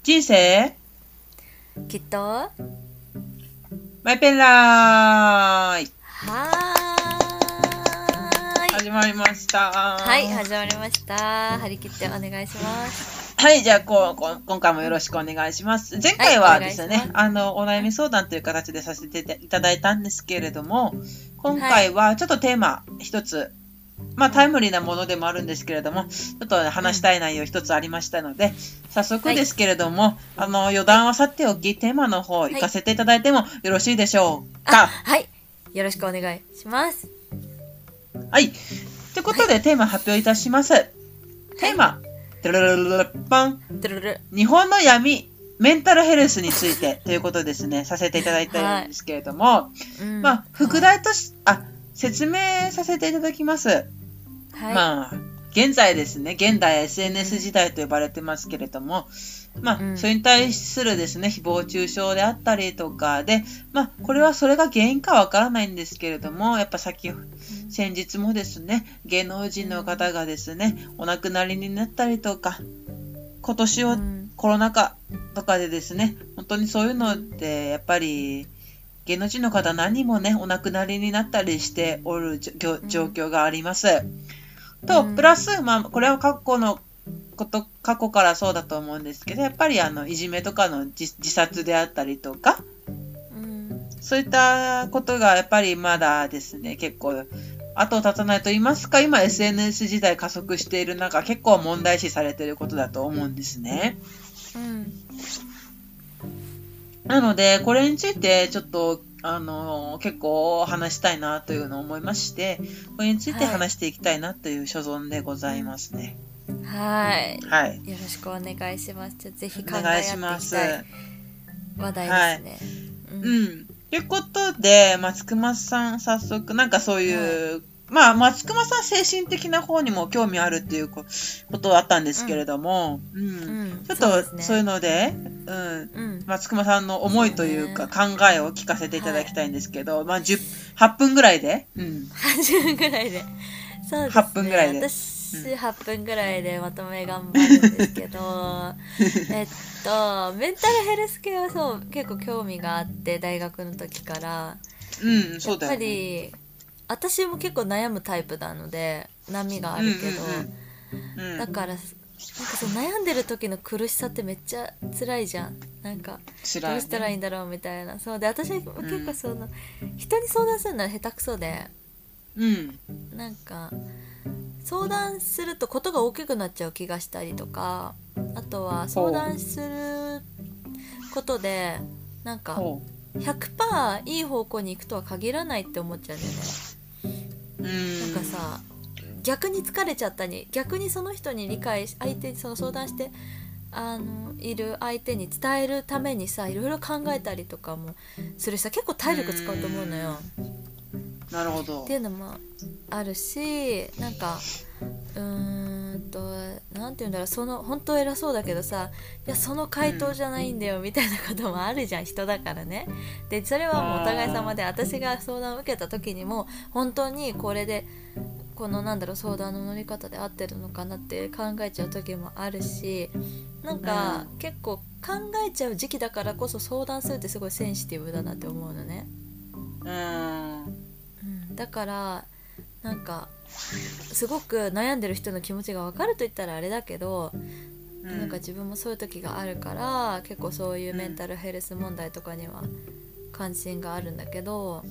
人生きっとはマイペンラーイーい。 始まりましたはい、始まりました。張り切ってお願いします。 はい、じゃあ今回もよろしくお願いします。前回はですね、お悩み相談という形でさせていただいたんですけれども、今回はちょっとテーマ一つ、タイムリーなものでもあるんですけれども、ちょっと話したい内容一つありましたので、早速ですけれども、余談はさておき、テーマの方行かせていただいてもよろしいでしょうか。 はい、よろしくお願いします。 はい、ということで、テーマ発表いたします。テーマ、日本の闇メンタルヘルスについてということですね、させていただいてるんですけれども、副題とし説明させていただきます。現在ですね、現代 SNS 時代と呼ばれてますけれども、それに対するですね、誹謗中傷であったりとかで、これはそれが原因かわからないんですけれども、やっぱ先日もですね、芸能人の方がですね、お亡くなりになったりとか、今年はコロナ禍とかでですね、本当にそういうのってやっぱり芸能人の方何人もね、お亡くなりになったりしておる状況があります。と、プラス、これは過去からそうだと思うんですけど、やっぱりいじめとかの自殺であったりとか、そういったことがやっぱりまだですね、結構後を絶たないと言いますか、今 SNS 時代加速している中、結構問題視されていることだと思うんですね。なので、これについてちょっと結構話したいなというのを思いまして、これについて話していきたいなという所存でございますね。 はい。よろしくお願いします。じゃあぜひ考え合っていきたい話題ですね。 ということで、松隈さん、早速、そういう、松隈さん精神的な方にも興味あるっていうことはあったんですけれども、ちょっとそういうので、松隈さんの思いというか考えを聞かせていただきたいんですけど、8分ぐらいで、 8分ぐらいで、そうですね。 8分ぐらいで。 私8分ぐらいでまとめ頑張るんですけどメンタルヘルス系はそう結構興味があって、大学の時からそうだよね、 やっぱり私も結構悩むタイプなので波があるけど、だからそう悩んでる時の苦しさってめっちゃ辛いじゃん。どうしたらいいんだろうみたいな。そうで、私は結構人に相談するのは下手くそで、相談するとことが大きくなっちゃう気がしたりとか、あとは相談することで100% いい方向に行くとは限らないって思っちゃうんだよね。逆に疲れちゃったり、逆にその人に相手に相談している相手に伝えるためにいろいろ考えたりとかもするし結構体力使うと思うのよ。 なるほど。 っていうのもあるし、なんていうんだろう、本当偉そうだけどいやその回答じゃないんだよみたいなこともあるじゃん、人だからね。でそれはもうお互い様で、私が相談を受けた時にも本当にこれでこの相談の乗り方で合ってるのかなって考えちゃう時もあるし、結構考えちゃう時期だからこそ相談するってすごいセンシティブだなって思うのね。だからすごく悩んでる人の気持ちが分かると言ったらあれだけど、自分もそういう時があるから結構そういうメンタルヘルス問題とかには関心があるんだけど、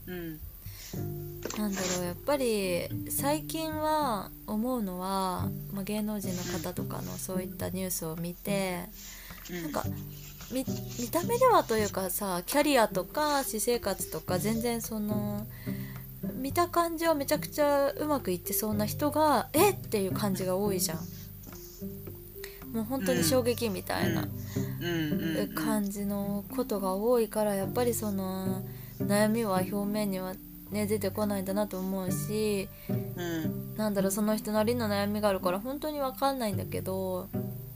やっぱり最近は思うのは、芸能人の方とかのそういったニュースを見て、見た目ではというかキャリアとか私生活とか全然見た感じはめちゃくちゃうまくいってそうな人がっていう感じが多いじゃん。もう本当に衝撃みたいな感じのことが多いから、やっぱり悩みは表面には出てこないんだなと思うし、その人なりの悩みがあるから本当に分かんないんだけど、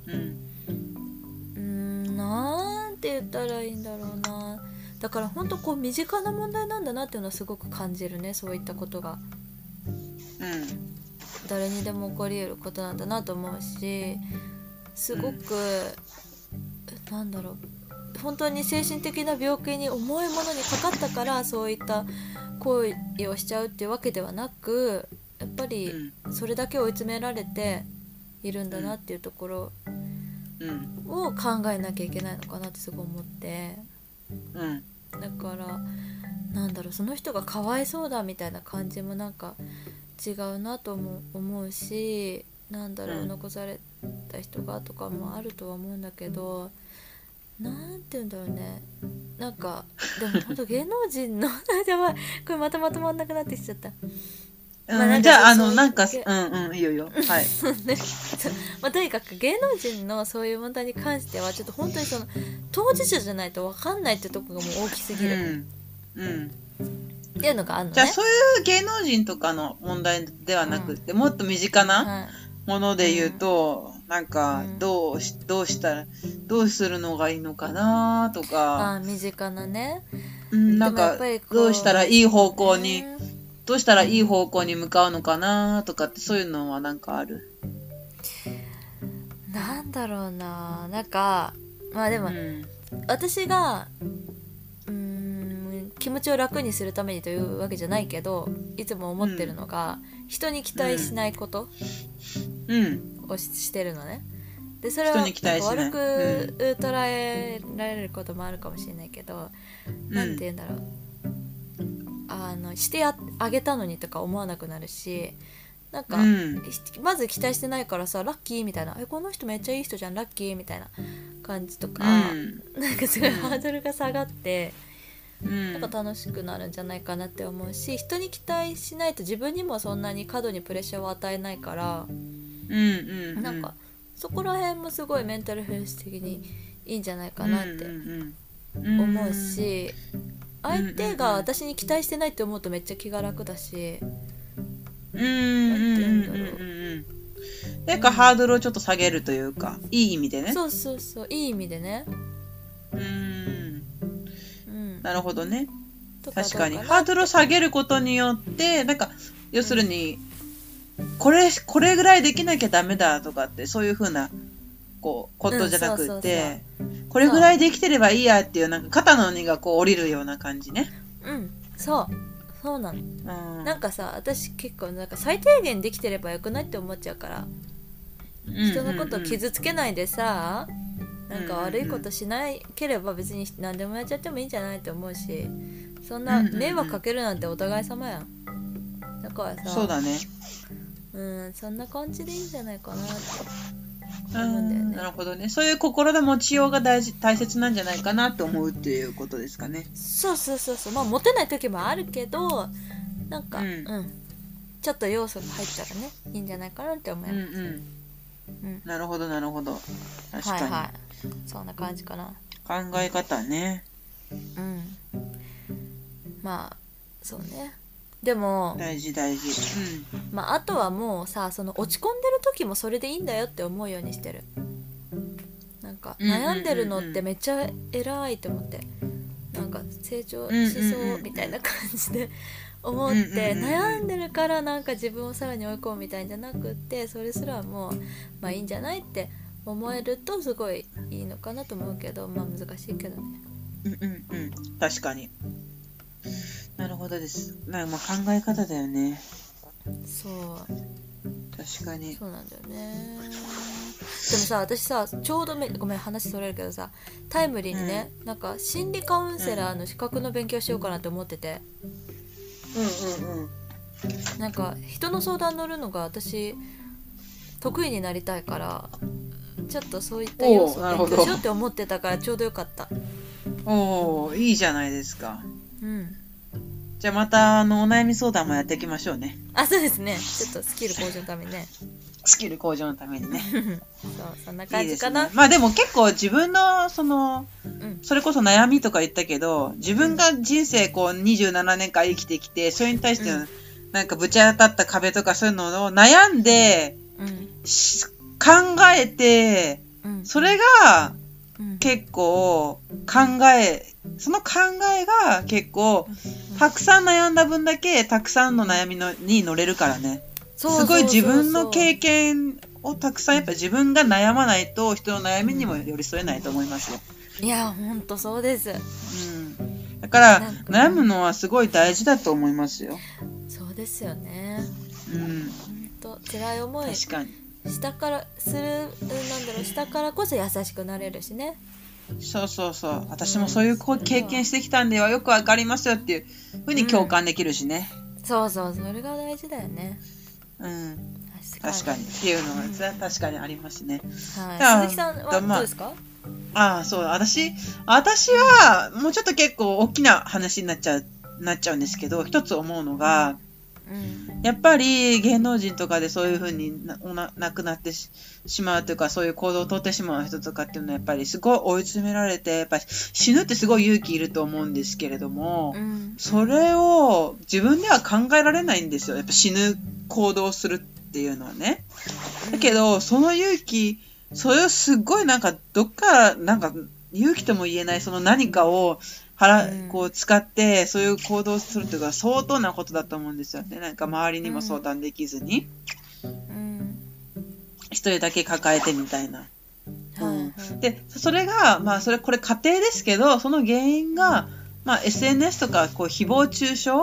なんて言ったらいいんだろうな。だから本当身近な問題なんだなっていうのはすごく感じるね、そういったことが。誰にでも起こり得ることなんだなと思うし、すごくなんだろう、本当に精神的な病気に重いものにかかったからそういった行為をしちゃうっていうわけではなく、やっぱりそれだけ追い詰められているんだなっていうところを考えなきゃいけないのかなってすごい思って、だからなんだろう、その人がかわいそうだみたいな感じもなんか違うなとも思うし、なんだろう、残された人がとかもあるとは思うんだけど、なんて言うんだろうね、なんかでも本当芸能人のやばい、これまたまとまんなくなってきちゃった。 じゃあなんかいいよいいよ、はいとにかく芸能人のそういう問題に関してはちょっと本当にその当事者じゃないと分かんないってとこがもう大きすぎる、っていうのがあるのね。 じゃあそういう芸能人とかの問題ではなくて、もっと身近なもので言うと、なんかどうしたらどうするのがいいのかなとか、 身近なね、 なんかどうしたらいい方向に向かうのかなとかって、そういうのはなんかある？ なんだろうな、なんかまあでも、私が気持ちを楽にするためにというわけじゃないけど、いつも思ってるのが、人に期待しないことをしてるのね。でそれは悪く捉えられることもあるかもしれないけど、なんて言うんだろう、してあげたのにとか思わなくなるし、なんか、まず期待してないからさ、ラッキーみたいな、この人めっちゃいい人じゃん、ラッキーみたいな感じとか、なんかすごいハードルが下がって、なんか楽しくなるんじゃないかなって思うし、人に期待しないと自分にもそんなに過度にプレッシャーを与えないから、なんかそこら辺もすごいメンタルヘルス的にいいんじゃないかなって思うし、相手が私に期待してないって思うとめっちゃ気が楽だし、 なんかハードルをちょっと下げるというか、いい意味でね。 そうそうそう、いい意味でね。 なるほどね。確かにハードルを下げることによって、なんか要するに、これぐらいできなきゃダメだとかって、そういう風なことじゃなくて、これぐらいできてればいいやっていう、なんか肩の荷がこう降りるような感じね。 そうなの。なんかさ、私結構なんか最低限できてればよくないって思っちゃうから、人のことを傷つけないでさ、なんか悪いことしなければ別に何でもやっちゃってもいいんじゃないって思うし、そんな迷惑かけるなんてお互い様やん。だからさ、 そうだね。 そんな感じでいいんじゃないかなって思うんだよね。 なるほどね。そういう心の持ちようが大切なんじゃないかなと思うっていうことですかね。 そう。まあ持てない時もあるけど、なんか、ちょっと要素が入ったらね、いいんじゃないかなって思います。 なるほど。確かに。 そんな感じかな。 考え方ね。 まあそうね。でも大事。 まああとはもうさ、その落ち込んでる時もそれでいいんだよって思うようにしてる。なんか悩んでるのってめっちゃ偉いって思って、なんか成長しそうみたいな感じで思って、悩んでるからなんか自分をさらに追い込むみたいんじゃなくって、それすらもうまあいいんじゃないって思えるとすごいいいのかなと思うけど、まあ難しいけどね。 確かに。なるほどです。なんか考え方だよね。 そう。 確かに。 そうなんだよね。でもさ、私さ、ちょうどごめん話それるけどさ、タイムリーにね、なんか心理カウンセラーの資格の勉強しようかなって思ってて。なんか人の相談乗るのが私得意になりたいから、ちょっとそういった要素を勉強しようって思ってたからちょうどよかった。 いいじゃないですか。じゃあまたお悩み相談もやっていきましょうね。 そうですね。ちょっとスキル向上のためにね。 スキル向上のためにね。 そんな感じかな。 いいですね。まあでも結構自分のそれこそ悩みとか言ったけど、自分が人生27年間生きてきて、それに対してなんかぶち当たった壁とかそういうのを悩んで、考えて、それが結構その考えが結構たくさん悩んだ分だけたくさんの悩みに乗れるからね。すごい自分の経験をたくさんやっぱ自分が悩まないと人の悩みにも寄り添えないと思いますよ。 いやほんとそうです。 だから悩むのはすごい大事だと思いますよ。 そうですよね。ほんと辛い思い確かに下からする、なんだろう、下からこそ優しくなれるしね。 そうそうそう、私もそういう経験してきたんではよくわかりますよっていうふうに共感できるしね。 そうそう、それが大事だよね。 確かにっていうのは確かにありますね。 鈴木さんはどうですか？ そう、私はもうちょっと結構大きな話になっちゃうんですけど、一つ思うのが、やっぱり芸能人とかでそういう風に亡くなってしまうというか、そういう行動をとってしまう人とかっていうのはやっぱりすごい追い詰められて、やっぱり死ぬってすごい勇気いると思うんですけれども、それを自分では考えられないんですよ。やっぱ死ぬ行動をするっていうのはね。だけどその勇気、それをすごいなんかどっかなんか勇気とも言えないその何かをこう使ってそういう行動をするというか相当なことだと思うんですよね。なんか周りにも相談できずに、一人だけ抱えてみたいな。でそれがこれ家庭ですけど、その原因が、SNS とかこう誹謗中傷、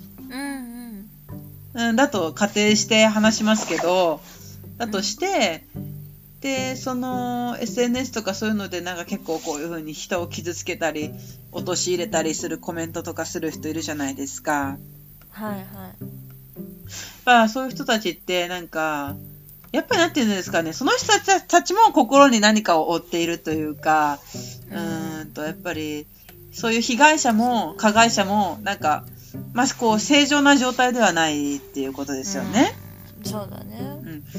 だと仮定して話しますけど、だとして、でその SNS とかそういうのでなんか結構こういう風に人を傷つけたり陥れたりするコメントとかする人いるじゃないですか。そういう人たちってなんかやっぱりなんていうんですかね、その人たちも心に何かを負っているというか、やっぱりそういう被害者も加害者もなんかこう正常な状態ではないっていうことですよね。 そうだね。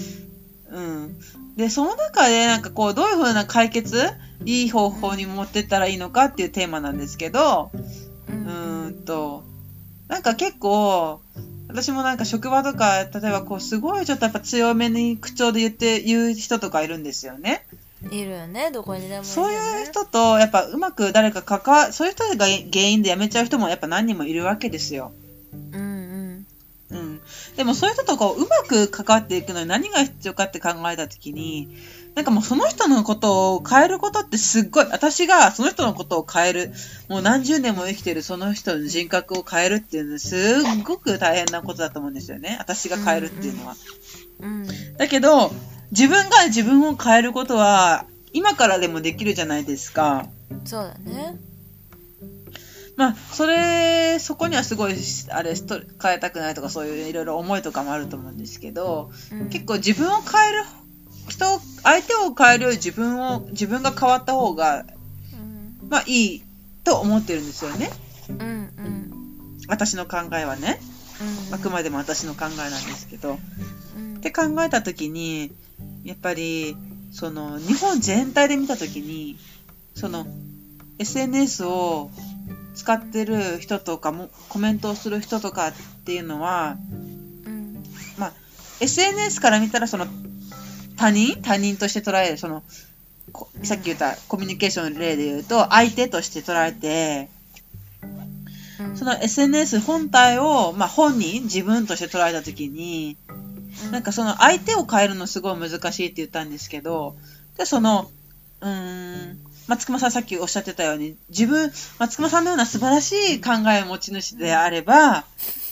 でその中でなんかこうどういう風な解決、いい方法に持ってったらいいのかっていうテーマなんですけど、なんか結構私もなんか職場とか例えばこうすごいちょっとやっぱ強めに口調で言う人とかいるんですよね。 いるよね、どこにでもいるよね。 そういう人とやっぱうまく誰かそういう人が原因で辞めちゃう人もやっぱ何人もいるわけですよ。でもそういう人とこううまく関わっていくのに何が必要かって考えたときに、なんかもうその人のことを変えることってすっごい、私がその人のことを変える、もう何十年も生きてるその人の人格を変えるっていうのはすっごく大変なことだと思うんですよね。私が変えるっていうのは。だけど自分が自分を変えることは今からでもできるじゃないですか。 そうだね。 そこにはすごい変えたくないとかそういういろいろ思いとかもあると思うんですけど、結構自分を変える相手を変えるより自分が変わった方が、いいと思ってるんですよね。私の考えはね、あくまでも私の考えなんですけど、って考えた時にやっぱりその日本全体で見た時にその SNS を使ってる人とかもコメントをする人とかっていうのは、SNS から見たらその他人として捉える、そのさっき言ったコミュニケーションの例で言うと相手として捉えて、その SNS 本体を、本人自分として捉えたときに、なんかその相手を変えるのすごい難しいって言ったんですけど、でその松熊さんさっきおっしゃってたように、松熊さんのような素晴らしい考えを持ち主であれば、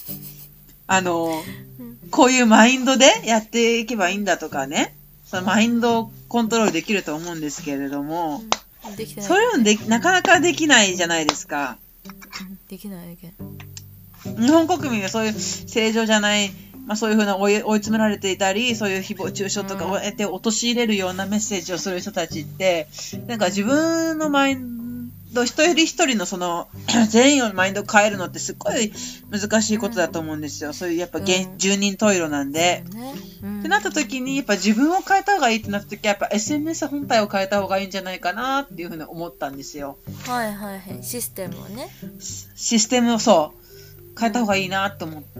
こういうマインドでやっていけばいいんだとかね、そのマインドをコントロールできると思うんですけれども、それをなかなかできないじゃないですか。 できない。 日本国民はそういう正常じゃない、そういうふうな追い詰められていたり、そういう誹謗中傷とかを得て陥れるようなメッセージをする人たちって、なんか自分のマインド、一人一人のその全員のマインドを変えるのってすっごい難しいことだと思うんですよ。そういうやっぱ十人十色なんで。ってなった時にやっぱ自分を変えた方がいいってなった時はやっぱ SNS 本体を変えた方がいいんじゃないかなっていうふうに思ったんですよ。 システムをね。 システムを変えた方がいいなと思って、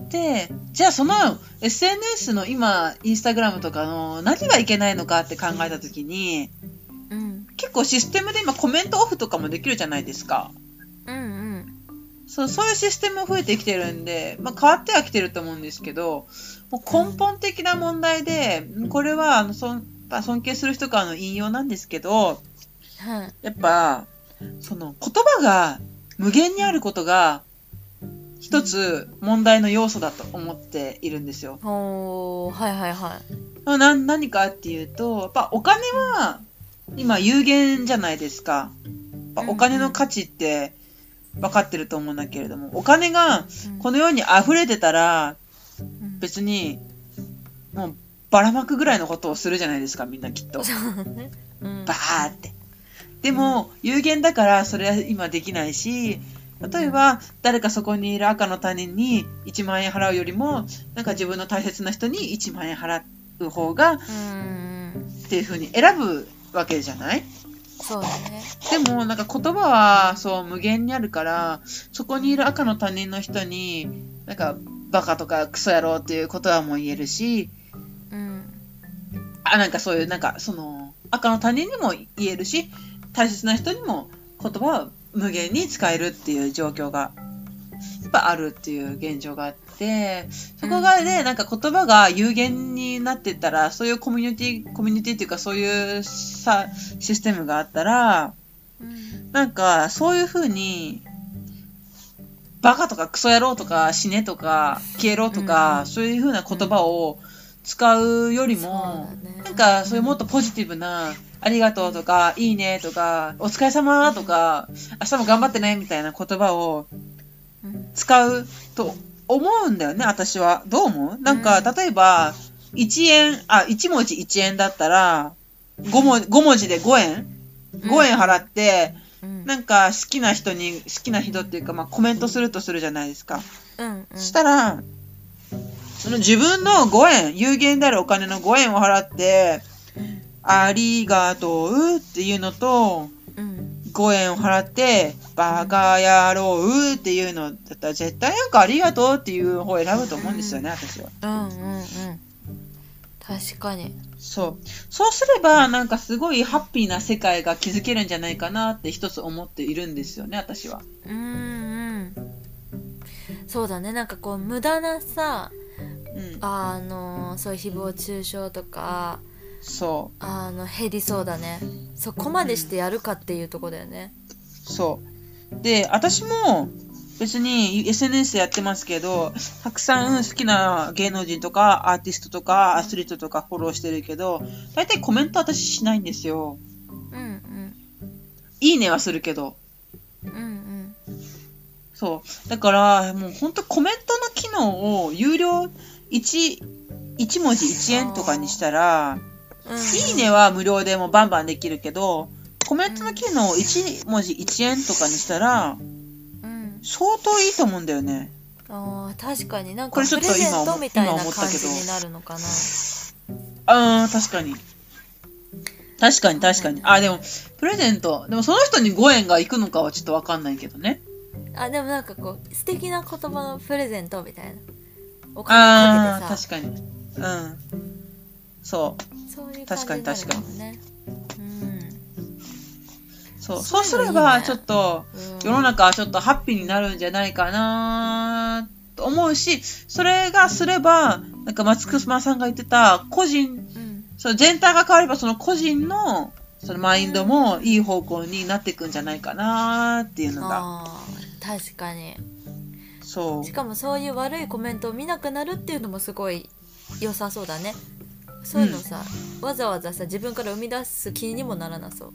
じゃあその SNS の今インスタグラムとかの何がいけないのかって考えた時に、結構システムで今コメントオフとかもできるじゃないですか。 そういうシステムも増えてきてるんで、まあ、変わってはきてると思うんですけど、もう根本的な問題で、これは尊敬する人からの引用なんですけど、やっぱその言葉が無限にあることが一つ問題の要素だと思っているんですよ。 はいはいはい。 何かっていうと、やっぱお金は今有限じゃないですか。お金の価値って分かってると思うんだけれども、お金がこの世に溢れてたら、別にもうばらまくぐらいのことをするじゃないですか、みんなきっと。バーって。でも有限だからそれは今できないし、例えば誰かそこにいる赤の他人に1万円払うよりも、なんか自分の大切な人に1万円払う方がっていう風に選ぶわけじゃない？ そうだね。 でもなんか言葉はそう無限にあるから、そこにいる赤の他人の人になんかバカとかクソ野郎っていう言葉も言えるし、なんかそういうなんかその赤の他人にも言えるし、大切な人にも言葉は無限に使えるっていう状況がやっぱあるっていう現状があって、そこがね、なんか言葉が有限になってったら、そういうコミュニティっていうかそういうシステムがあったら、なんかそういう風にバカとかクソ野郎とか死ねとか消えろとか、そういう風な言葉を使うよりも、なんかそういうもっとポジティブなありがとうとかいいねとかお疲れ様とか明日も頑張ってねみたいな言葉を使うと思うんだよね、私は。どう思う？なんか例えば1文字1円だったら5文字で5円払って、なんか好きな人っていうか、まあコメントするとするじゃないですか。そしたらその自分の5円、有限であるお金の5円を払って、ありがとうっていうのと、5円を払って、バカ野郎っていうのだったら、絶対なんかありがとうっていう方を選ぶと思うんですよね、私は。 確かに。 そうすれば、なんかすごいハッピーな世界が築けるんじゃないかなって一つ思っているんですよね、私は。 そうだね、なんかこう無駄なさ、そういう誹謗中傷とか減りそうだね。そこまでしてやるかっていうとこだよね。 そうで、私も別に SNS やってますけど、たくさん好きな芸能人とかアーティストとかアスリートとかフォローしてるけど、大体コメント私しないんですよ。いいねはするけど。そうだからもう本当コメントの機能を有料1文字1円とかにしたら、いいねは無料でもバンバンできるけど、コメントの機能を1文字1円とかにしたら、相当いいと思うんだよね。 確かに、なんかプレゼントみたいな感じになるのかな。 確かに。でもプレゼント、でもその人に5円が行くのかはちょっとわかんないけどね。 でもなんかこう素敵な言葉のプレゼントみたいな、お金かけてさ。 確かに。そういう感じになるもんね。そうすればちょっと世の中はちょっとハッピーになるんじゃないかなと思うし、それがすればなんか松隈さんが言ってた個人、その全体が変わればその個人のそのマインドもいい方向になっていくんじゃないかなっていうのが。 確かに。しかもそういう悪いコメントを見なくなるっていうのもすごい良さそうだね。そういうのさ、わざわざさ自分から生み出す気にもならなそう。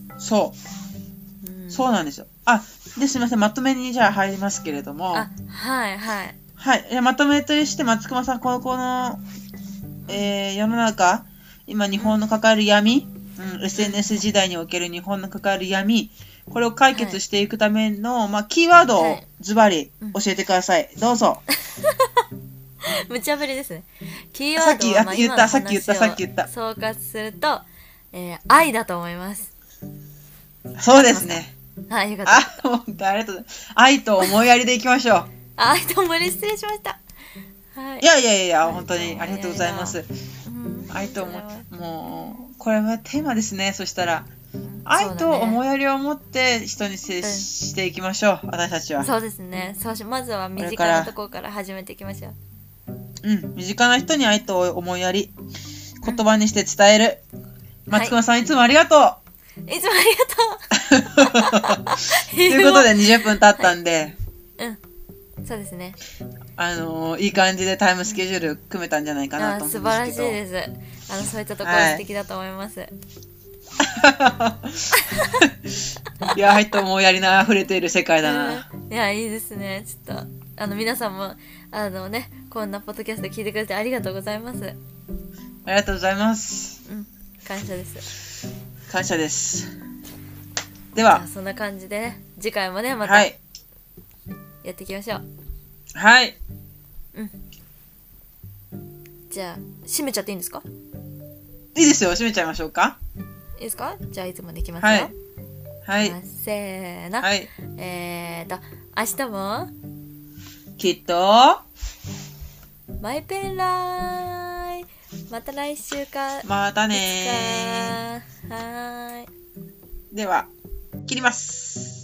そうなんですよ。すみません、まとめにじゃあ入りますけれども。まとめとして松隈さん、この、世の中、今日本の抱える闇、SNS 時代における日本の抱える闇、これを解決していくための、キーワードをズバリ教えてください。どうぞ。 無茶ぶりですね。キーワードはさっき言った。 総括すると、愛だと思います。 そうですね。 よかった。 本当ありがとうございます。愛と思いやりでいきましょう。 愛と思いやり、失礼しました。 いや、本当にありがとうございます。愛と思い、もうこれはテーマですね。そしたら愛と思いやりを持って人に接していきましょう、私たちは。 そうですね。まずは身近なところから始めていきましょう。 身近な人に愛と思いやり、言葉にして伝える。松隈さん、いつもありがとう。 いつもありがとう。 ということで20分経ったんで、 そうですね。 いい感じでタイムスケジュール組めたんじゃないかなと思うんですけど。 素晴らしいです。そういったところ素敵だと思います。 いや、愛と思いやりの溢れている世界だな。 いや、いいですね。ちょっと皆さんもこんなポッドキャスト聞いてくれてありがとうございます。 ありがとうございます。 感謝です。 感謝です。では、 そんな感じでね、次回もね、またやっていきましょう。 はい。 じゃあ、閉めちゃっていいんですか？ いいですよ、閉めちゃいましょうか。 いいですか？じゃあ、いつもできますよ。 はい。 せーの。 はい。 明日もきっとマイペンライ。また来週か。 またねー。 はーい。 では、切ります。